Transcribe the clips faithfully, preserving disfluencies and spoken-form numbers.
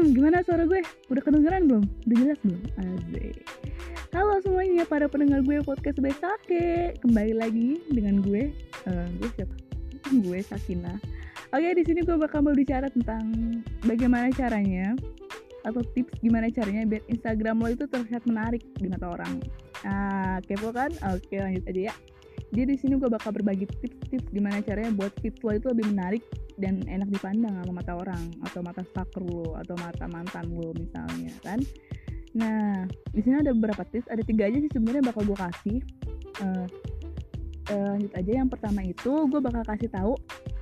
Gimana suara gue? Udah kedengeran belum? Udah jelas belum? Asik. Halo semuanya para pendengar gue podcast Besake. Kembali lagi dengan gue. Uh, gue siapa? Gue Sakina. Oke, di sini gue bakal berbicara tentang bagaimana caranya atau tips gimana caranya biar Instagram lo itu terlihat menarik di mata orang. Ah, kepo kan? Oke, lanjut aja ya. Jadi di sini gue bakal berbagi tips-tips gimana caranya buat feed lo itu lebih menarik dan enak dipandang sama mata orang atau mata stalker lo atau mata mantan lo misalnya kan. Nah, di sini ada beberapa tips, ada tiga aja sih sebenarnya bakal gue kasih. Uh, uh, lanjut aja. Yang pertama itu gue bakal kasih tahu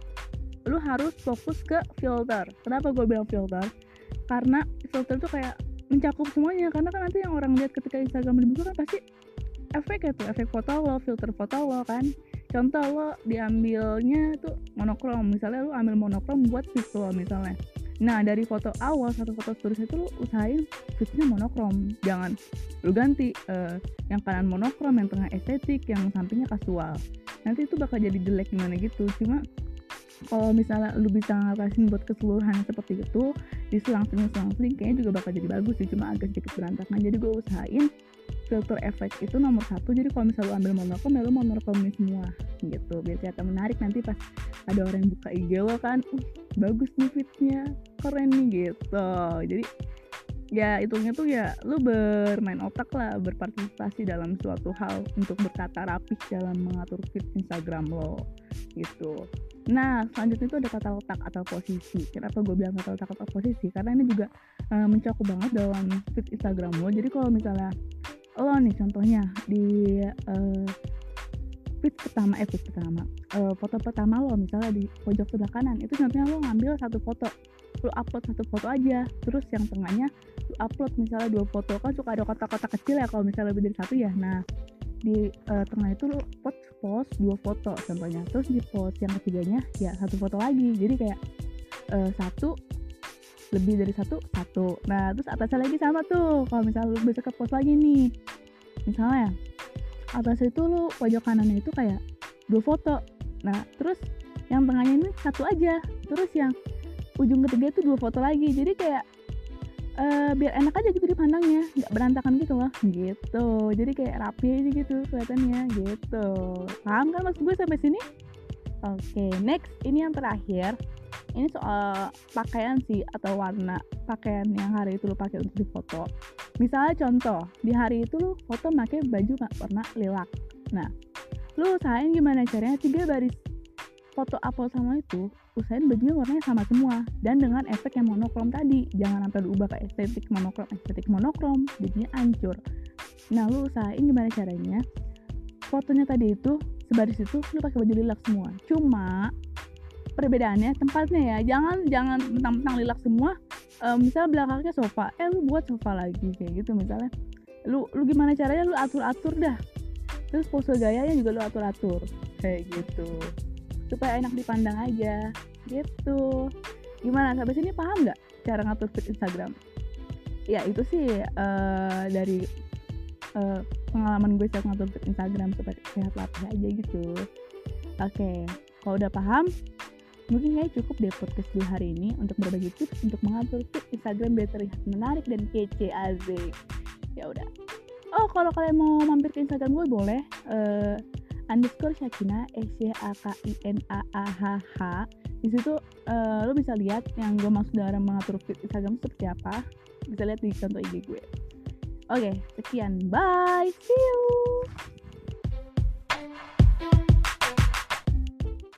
lu harus fokus ke filter. Kenapa gue bilang filter? Karena filter tuh kayak mencakup semuanya. Karena kan nanti yang orang lihat ketika Instagram dibuka kan pasti efek itu, efek foto lo, filter foto lo kan. Contoh lo diambilnya tuh monokrom, misalnya lo ambil monokrom buat feed lo misalnya. Nah dari foto awal, satu foto stories itu lo usahain feednya monokrom, jangan lo ganti uh, yang kanan monokrom, yang tengah estetik, yang sampingnya kasual. Nanti itu bakal jadi jelek gimana gitu. Cuma kalau misalnya lu bisa ngatasin buat keseluruhan seperti itu, diselang-seling-selang kayaknya juga bakal jadi bagus sih, cuma agak sedikit berantakan. Jadi gue usahain filter efek itu nomor satu. Jadi kalau misalnya lu ambil monokrom, ya lu monokromin semua gitu, biar kelihatan menarik. Nanti pas ada orang yang buka I G lo kan, uh, bagus nih feednya, keren nih gitu. Jadi ya hitungnya tuh ya lu bermain otak lah, berpartisipasi dalam suatu hal untuk bertata rapih dalam mengatur feed Instagram lo gitu. Nah selanjutnya itu ada tata letak atau posisi. Kenapa gue bilang tata letak atau posisi? Karena ini juga uh, mencakup banget dalam feed Instagram lo. Jadi kalau misalnya lo nih contohnya di uh, feed pertama, eh feed pertama uh, foto pertama lo misalnya di pojok sebelah kanan, itu contohnya lo ngambil satu foto, lo upload satu foto aja. Terus yang tengahnya lo upload misalnya dua foto, kan suka ada kotak-kotak kecil ya kalau misalnya lebih dari satu ya. Nah di uh, tengah itu lo post post dua foto contohnya, terus di post yang ketiganya ya satu foto lagi. Jadi kayak uh, satu lebih dari satu satu. Nah terus atasnya lagi sama tuh, kalau misalnya lu bisa ke post lagi nih, misalnya atasnya itu lu pojok kanannya itu kayak dua foto. Nah terus yang tengahnya ini satu aja, terus yang ujung ketiga itu dua foto lagi. Jadi kayak uh, biar enak aja gitu dipandangnya, nggak berantakan gitu loh gitu. Jadi kayak rapi aja gitu kelihatannya gitu. Paham kan maksud gue sampai sini? Oke, okay, next ini yang terakhir. Ini soal pakaian sih atau warna pakaian yang hari itu lu pakai untuk difoto. Misalnya contoh, di hari itu lu foto pakai baju warna lilac. Nah, lu usahain gimana caranya tiga baris foto upload sama itu, usahain bajunya warnanya sama semua dan dengan efek yang monokrom tadi. Jangan sampai lu ubah ke estetik monokrom, estetik monokrom, jadinya hancur. Nah, lu usahain gimana caranya fotonya tadi itu sebaris itu lu pakai baju lilac semua. Cuma perbedaannya tempatnya ya, jangan jangan mentang-mentang lilac semua. Um, misalnya belakangnya sofa, eh lu buat sofa lagi kayak gitu misalnya. Lu lu gimana caranya lu atur-atur dah. Terus pose gayanya juga lu atur-atur kayak gitu, supaya enak dipandang aja gitu. Gimana sampai sini paham nggak cara ngatur feed Instagram? Ya itu sih uh, dari uh, pengalaman gue saat ngatur feed Instagram supaya sehat lapih aja gitu. Oke, okay. Kalau udah paham, mungkin kayak cukup deh podcast gue hari ini untuk berbagi tips untuk mengatur feed Instagram biar terlihat menarik dan kece. Asik. Ya udah. Oh, kalau kalian mau mampir ke Instagram gue boleh uh, underscore Sakina S Y A K I N A A H H. Di situ uh, lo bisa lihat yang gue maksud dalam mengatur feed Instagram seperti apa. Bisa lihat di contoh I G gue. Oke, sekian. Bye. See you.